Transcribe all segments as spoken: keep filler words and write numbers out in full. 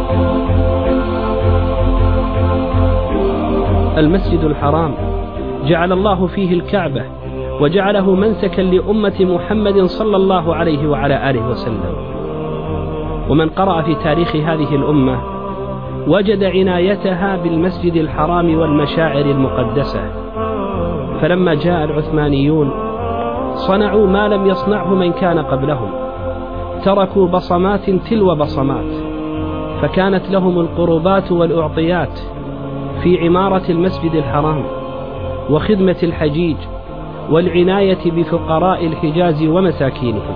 المسجد الحرام جعل الله فيه الكعبة وجعله منسكا لأمة محمد صلى الله عليه وعلى آله وسلم. ومن قرأ في تاريخ هذه الأمة وجد عنايتها بالمسجد الحرام والمشاعر المقدسة، فلما جاء العثمانيون صنعوا ما لم يصنعه من كان قبلهم، تركوا بصمات تلو بصمات، فكانت لهم القربات والأعطيات في عمارة المسجد الحرام وخدمة الحجيج والعناية بفقراء الحجاز ومساكينهم.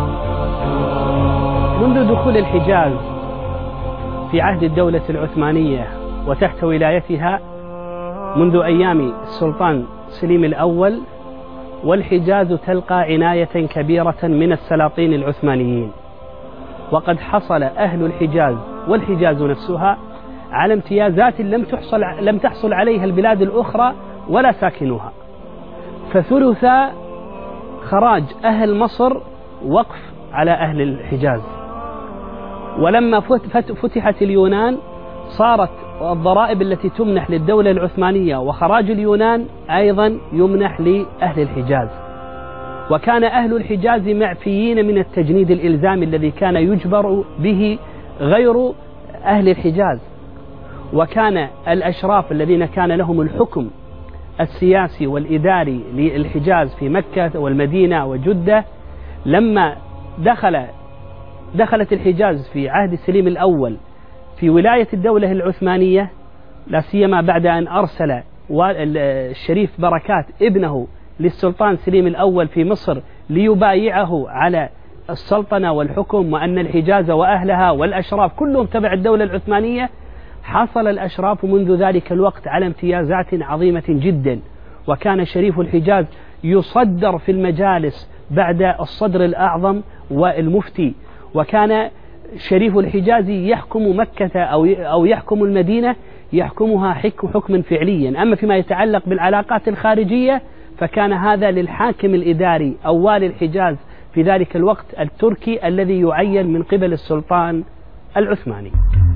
منذ دخول الحجاز في عهد الدولة العثمانية وتحت ولايتها منذ أيام السلطان سليم الأول، والحجاز تلقى عناية كبيرة من السلاطين العثمانيين، وقد حصل أهل الحجاز والحجاز نفسها على امتيازات لم تحصل لم تحصل عليها البلاد الأخرى ولا ساكنوها. فثلث خراج أهل مصر وقف على أهل الحجاز، ولما فتحت اليونان صارت الضرائب التي تمنح للدولة العثمانية وخراج اليونان أيضا يمنح لأهل الحجاز. وكان أهل الحجاز معفيين من التجنيد الإلزامي الذي كان يجبر به غير أهل الحجاز. وكان الأشراف الذين كان لهم الحكم السياسي والإداري للحجاز في مكة والمدينة وجدة، لما دخل دخلت الحجاز في عهد سليم الأول في ولاية الدولة العثمانية، لا سيما بعد أن أرسل الشريف بركات ابنه للسلطان سليم الأول في مصر ليبايعه على السلطنة والحكم، وأن الحجاز وأهلها والأشراف كلهم تبع الدولة العثمانية، حصل الأشراف منذ ذلك الوقت على امتيازات عظيمة جدا. وكان شريف الحجاز يصدر في المجالس بعد الصدر الأعظم والمفتي، وكان شريف الحجاز يحكم مكة أو يحكم المدينة، يحكمها حكما فعليا. أما فيما يتعلق بالعلاقات الخارجية فكان هذا للحاكم الإداري أو والي الحجاز في ذلك الوقت التركي الذي يعين من قبل السلطان العثماني.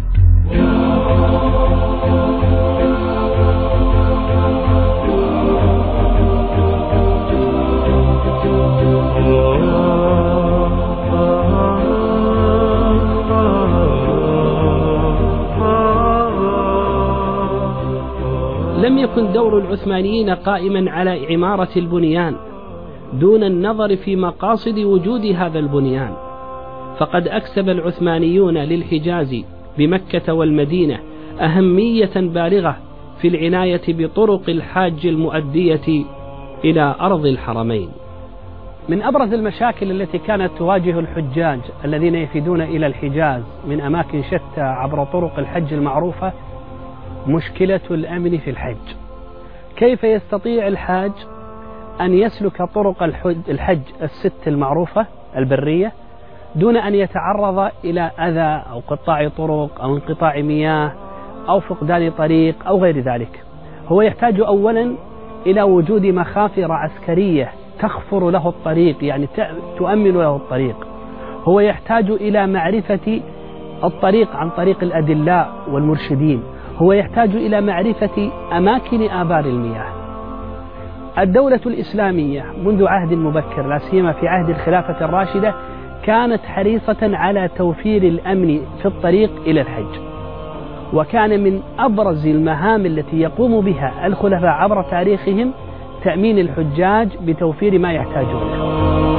لم يكن دور العثمانيين قائما على عمارة البنيان دون النظر في مقاصد وجود هذا البنيان، فقد أكسب العثمانيون للحجاز بمكة والمدينة أهمية بالغة في العناية بطرق الحاج المؤدية إلى أرض الحرمين. من أبرز المشاكل التي كانت تواجه الحجاج الذين يفيدون إلى الحجاز من أماكن شتى عبر طرق الحج المعروفة مشكلة الأمن في الحج. كيف يستطيع الحاج أن يسلك طرق الحج الست المعروفة البرية دون أن يتعرض إلى أذى أو قطاع طرق أو انقطاع مياه أو فقدان طريق أو غير ذلك؟ هو يحتاج أولا إلى وجود مخافر عسكرية تخفر له الطريق، يعني تؤمن له الطريق. هو يحتاج إلى معرفة الطريق عن طريق الأدلاء والمرشدين. هو يحتاج إلى معرفة أماكن آبار المياه. الدولة الإسلامية منذ عهد مبكر لا سيما في عهد الخلافة الراشدة كانت حريصة على توفير الأمن في الطريق إلى الحج، وكان من أبرز المهام التي يقوم بها الخلفاء عبر تاريخهم تأمين الحجاج بتوفير ما يحتاجونه.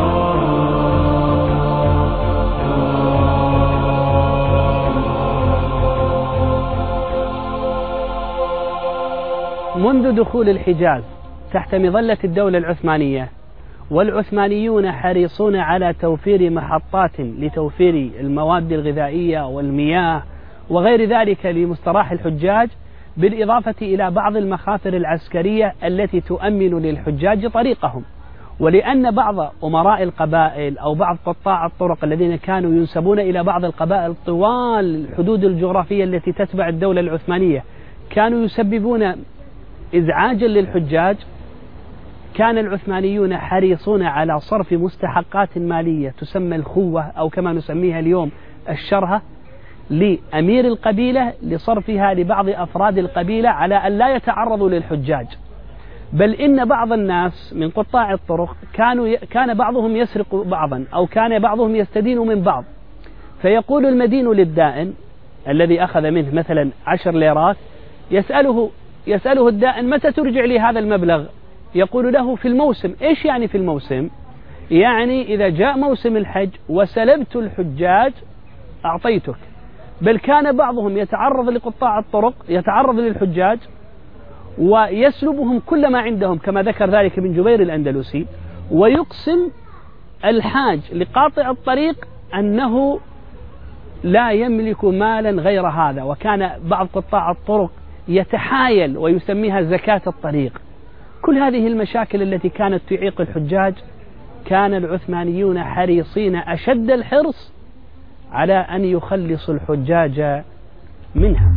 منذ دخول الحجاز تحت مظلة الدولة العثمانية والعثمانيون حريصون على توفير محطات لتوفير المواد الغذائية والمياه وغير ذلك لمستراح الحجاج، بالإضافة إلى بعض المخافر العسكرية التي تؤمن للحجاج طريقهم. ولأن بعض أمراء القبائل أو بعض قطاع الطرق الذين كانوا ينسبون إلى بعض القبائل طوال الحدود الجغرافية التي تتبع الدولة العثمانية كانوا يسببون إزعاجا للحجاج، كان العثمانيون حريصون على صرف مستحقات مالية تسمى الخوة أو كما نسميها اليوم الشرهة لأمير القبيلة لصرفها لبعض أفراد القبيلة على أن لا يتعرضوا للحجاج. بل إن بعض الناس من قطاع الطرق كانوا كان بعضهم يسرق بعضا، أو كان بعضهم يستدين من بعض، فيقول المدين للدائن الذي أخذ منه مثلا عشر ليرات، يسأله يسأله الدائن متى ترجع لي هذا المبلغ؟ يقول له في الموسم. إيش يعني في الموسم؟ يعني إذا جاء موسم الحج وسلبت الحجاج أعطيتك. بل كان بعضهم يتعرض لقطاع الطرق، يتعرض للحجاج ويسلبهم كل ما عندهم، كما ذكر ذلك ابن جبير الأندلسي، ويقسم الحاج لقاطع الطريق أنه لا يملك مالا غير هذا. وكان بعض قطاع الطرق يتحايل ويسميها زكاة الطريق. كل هذه المشاكل التي كانت تعيق الحجاج كان العثمانيون حريصين أشد الحرص على أن يخلصوا الحجاج منها.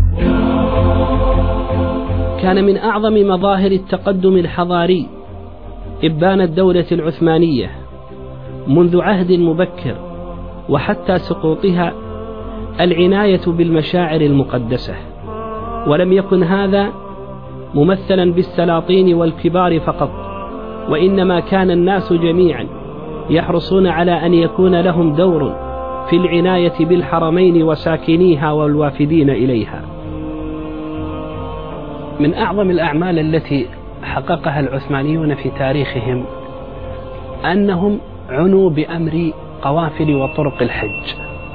كان من أعظم مظاهر التقدم الحضاري إبان الدولة العثمانية منذ عهد مبكر وحتى سقوطها العناية بالمشاعر المقدسة، ولم يكن هذا ممثلا بالسلاطين والكبار فقط، وإنما كان الناس جميعا يحرصون على أن يكون لهم دور في العناية بالحرمين وساكنيها والوافدين إليها. من أعظم الأعمال التي حققها العثمانيون في تاريخهم أنهم عنوا بأمر قوافل وطرق الحج.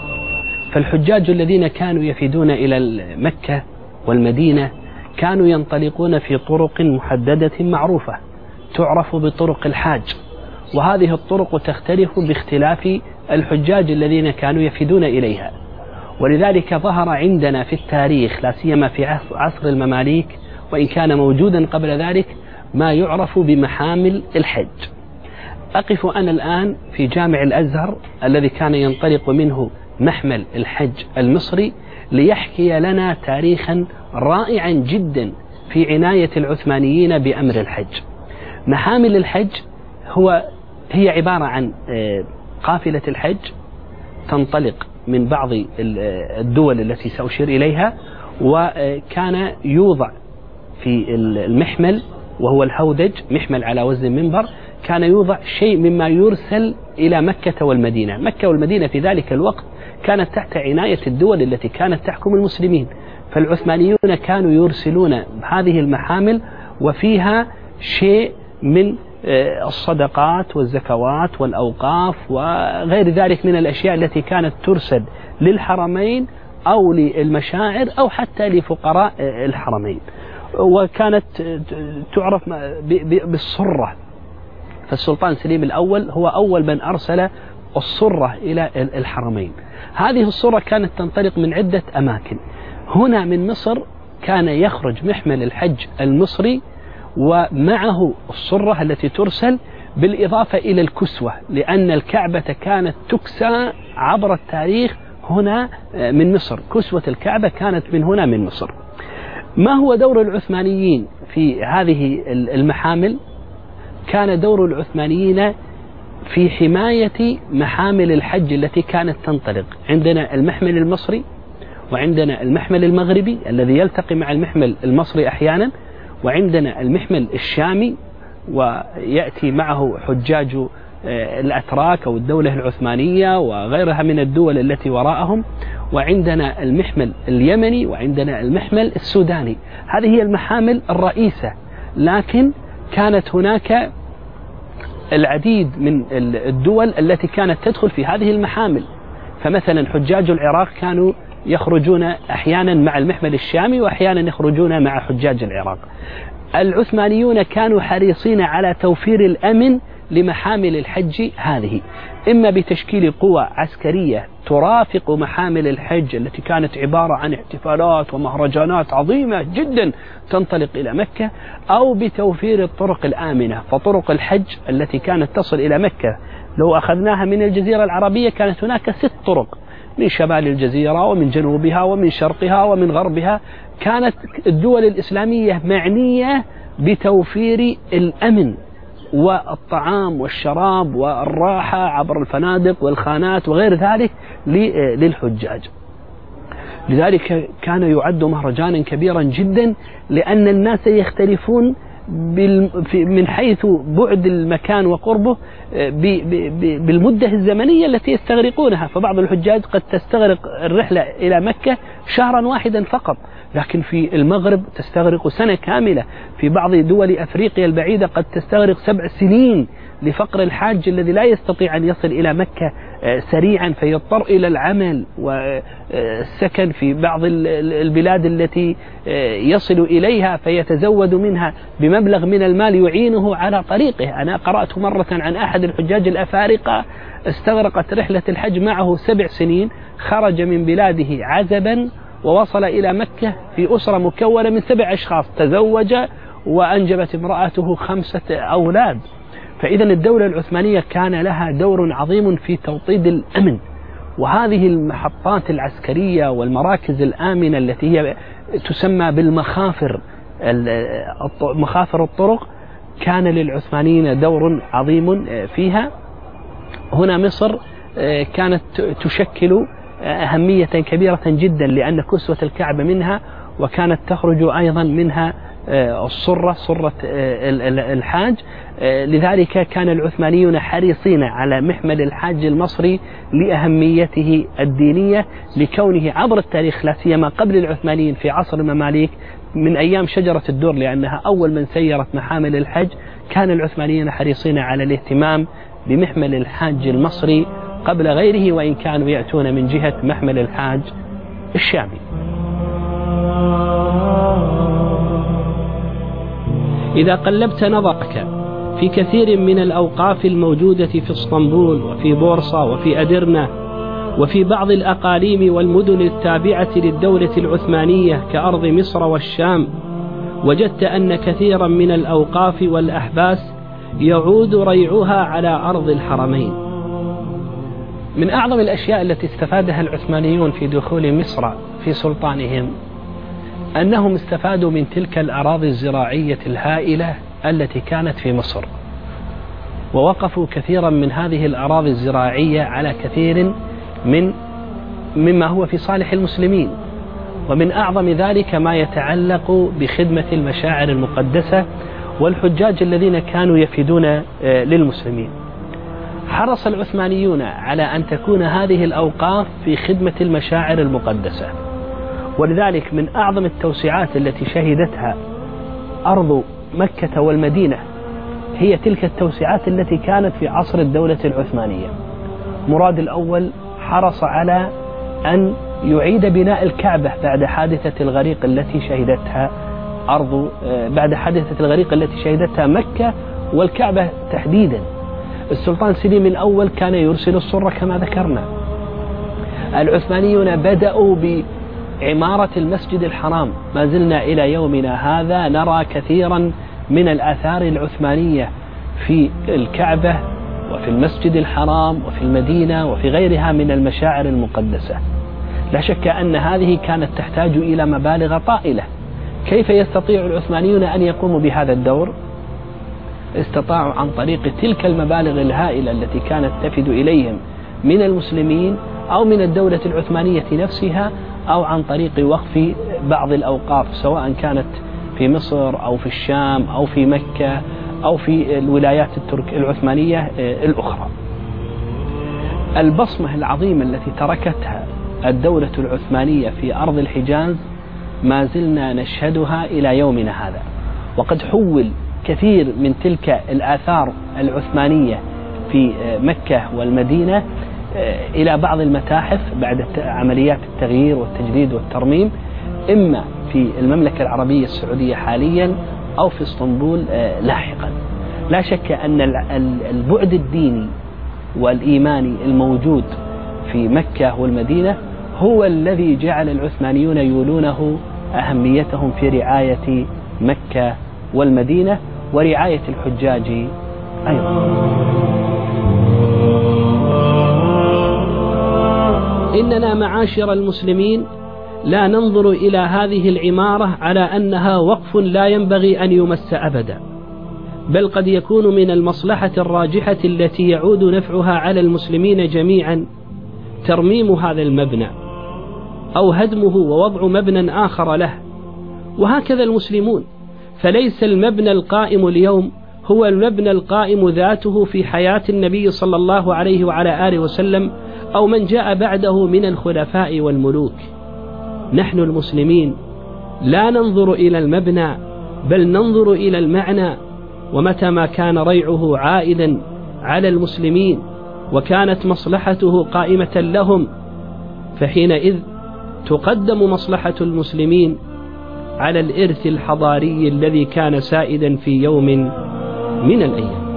فالحجاج الذين كانوا يفدون إلى مكة والمدينة كانوا ينطلقون في طرق محددة معروفة تعرف بطرق الحاج، وهذه الطرق تختلف باختلاف الحجاج الذين كانوا يفدون إليها. ولذلك ظهر عندنا في التاريخ لا سيما في عصر المماليك، وإن كان موجودا قبل ذلك، ما يعرف بمحامل الحج. أقف أنا الآن في جامع الأزهر الذي كان ينطلق منه محمل الحج المصري ليحكي لنا تاريخا رائعا جدا في عناية العثمانيين بأمر الحج. محامل الحج هو هي عبارة عن قافلة الحج تنطلق من بعض الدول التي سأشير إليها، وكان يوضع في المحمل وهو الهودج، محمل على وزن منبر، كان يوضع شيء مما يرسل إلى مكة والمدينة. مكة والمدينة في ذلك الوقت كانت تحت عناية الدول التي كانت تحكم المسلمين، فالعثمانيون كانوا يرسلون هذه المحامل وفيها شيء من الصدقات والزكوات والأوقاف وغير ذلك من الأشياء التي كانت ترسل للحرمين أو للمشاعر أو حتى لفقراء الحرمين، وكانت تعرف بالصرة. فالسلطان سليم الأول هو أول من أرسل الصرة إلى الحرمين. هذه الصرة كانت تنطلق من عدة أماكن. هنا من مصر كان يخرج محمل الحج المصري ومعه الصرة التي ترسل، بالإضافة إلى الكسوة، لأن الكعبة كانت تكسى عبر التاريخ هنا من مصر. كسوة الكعبة كانت من هنا من مصر. ما هو دور العثمانيين في هذه المحامل؟ كان دور العثمانيين في حماية محامل الحج التي كانت تنطلق. عندنا المحمل المصري، وعندنا المحمل المغربي الذي يلتقي مع المحمل المصري أحيانا، وعندنا المحمل الشامي ويأتي معه حجاج الأتراك أو الدولة العثمانية وغيرها من الدول التي وراءهم، وعندنا المحمل اليمني، وعندنا المحمل السوداني. هذه هي المحامل الرئيسة، لكن كانت هناك العديد من الدول التي كانت تدخل في هذه المحامل. فمثلا حجاج العراق كانوا يخرجون أحيانا مع المحمل الشامي، وأحيانا يخرجون مع حجاج العراق. العثمانيون كانوا حريصين على توفير الأمن لمحامل الحج هذه، إما بتشكيل قوى عسكرية ترافق محامل الحج التي كانت عبارة عن احتفالات ومهرجانات عظيمة جدا تنطلق إلى مكة، أو بتوفير الطرق الآمنة. فطرق الحج التي كانت تصل إلى مكة لو أخذناها من الجزيرة العربية كانت هناك ست طرق، من شمال الجزيرة ومن جنوبها ومن شرقها ومن غربها. كانت الدول الإسلامية معنية بتوفير الأمن والطعام والشراب والراحة عبر الفنادق والخانات وغير ذلك للحجاج. لذلك كان يعد مهرجانا كبيرا جدا، لأن الناس يختلفون من حيث بعد المكان وقربه بالمدة الزمنية التي يستغرقونها. فبعض الحجاج قد تستغرق الرحلة إلى مكة شهرا واحدا فقط، لكن في المغرب تستغرق سنة كاملة. في بعض دول أفريقيا البعيدة قد تستغرق سبع سنين لفقر الحاج الذي لا يستطيع أن يصل إلى مكة سريعا، فيضطر إلى العمل والسكن في بعض البلاد التي يصل إليها، فيتزود منها بمبلغ من المال يعينه على طريقه. أنا قرأت مرة عن أحد الحجاج الأفارقة استغرقت رحلة الحج معه سبع سنين، خرج من بلاده عزبا ووصل إلى مكة في أسرة مكونة من سبع أشخاص، تزوج وأنجبت امرأته خمسة أولاد. فإذا الدولة العثمانية كان لها دور عظيم في توطيد الأمن، وهذه المحطات العسكرية والمراكز الآمنة التي هي تسمى بالمخافر، مخافر الطرق، كان للعثمانيين دور عظيم فيها. هنا مصر كانت تشكل أهمية كبيرة جدا، لأن كسوة الكعبة منها، وكانت تخرج أيضا منها الصرة، صرة الحاج. لذلك كان العثمانيون حريصين على محمل الحاج المصري لأهميته الدينية، لكونه عبر التاريخ لا سيما قبل العثمانيين في عصر المماليك من أيام شجرة الدر، لأنها أول من سيرت محامل الحج، كان العثمانيون حريصين على الاهتمام بمحمل الحاج المصري قبل غيره، وإن كانوا يأتون من جهة محمل الحاج الشامي. إذا قلبت نظرك في كثير من الأوقاف الموجودة في اسطنبول وفي بورصة وفي أدرنة وفي بعض الأقاليم والمدن التابعة للدولة العثمانية كأرض مصر والشام، وجدت أن كثيرا من الأوقاف والأحباس يعود ريعها على أرض الحرمين. من أعظم الأشياء التي استفادها العثمانيون في دخول مصر في سلطانهم أنهم استفادوا من تلك الأراضي الزراعية الهائلة التي كانت في مصر، ووقفوا كثيرا من هذه الأراضي الزراعية على كثير من مما هو في صالح المسلمين. ومن أعظم ذلك ما يتعلق بخدمة المشاعر المقدسة والحجاج الذين كانوا يفيدون للمسلمين. حرص العثمانيون على أن تكون هذه الأوقاف في خدمة المشاعر المقدسة، ولذلك من أعظم التوسعات التي شهدتها أرض مكة والمدينة هي تلك التوسعات التي كانت في عصر الدولة العثمانية. مراد الأول حرص على أن يعيد بناء الكعبة بعد حادثة الغريق التي شهدتها أرض بعد حادثة الغريق التي شهدتها مكة والكعبة تحديدا. السلطان سليم الأول كان يرسل الصرة كما ذكرنا. العثمانيون بدأوا بعمارة المسجد الحرام، ما زلنا إلى يومنا هذا نرى كثيرا من الآثار العثمانية في الكعبة وفي المسجد الحرام وفي المدينة وفي غيرها من المشاعر المقدسة. لا شك أن هذه كانت تحتاج إلى مبالغ طائلة. كيف يستطيع العثمانيون أن يقوموا بهذا الدور؟ استطاعوا عن طريق تلك المبالغ الهائلة التي كانت تفد إليهم من المسلمين أو من الدولة العثمانية نفسها، أو عن طريق وقف بعض الأوقاف سواء كانت في مصر أو في الشام أو في مكة أو في الولايات الترك العثمانية الأخرى. البصمة العظيمة التي تركتها الدولة العثمانية في أرض الحجاز ما زلنا نشهدها إلى يومنا هذا، وقد حول كثير من تلك الآثار العثمانية في مكة والمدينة إلى بعض المتاحف بعد عمليات التغيير والتجديد والترميم، إما في المملكة العربية السعودية حاليا أو في اسطنبول لاحقا. لا شك أن البعد الديني والإيماني الموجود في مكة والمدينة هو الذي جعل العثمانيون يولونه أهميتهم في رعاية مكة والمدينة ورعاية الحجاج أيضا. إننا معاشر المسلمين لا ننظر إلى هذه العمارة على أنها وقف لا ينبغي أن يمس أبدا، بل قد يكون من المصلحة الراجحة التي يعود نفعها على المسلمين جميعا ترميم هذا المبنى أو هدمه ووضع مبنى آخر له. وهكذا المسلمون، فليس المبنى القائم اليوم هو المبنى القائم ذاته في حياة النبي صلى الله عليه وعلى آله وسلم أو من جاء بعده من الخلفاء والملوك. نحن المسلمين لا ننظر إلى المبنى بل ننظر إلى المعنى، ومتى ما كان ريعه عائدا على المسلمين وكانت مصلحته قائمة لهم فحينئذ تقدم مصلحة المسلمين على الإرث الحضاري الذي كان سائدا في يوم من الأيام.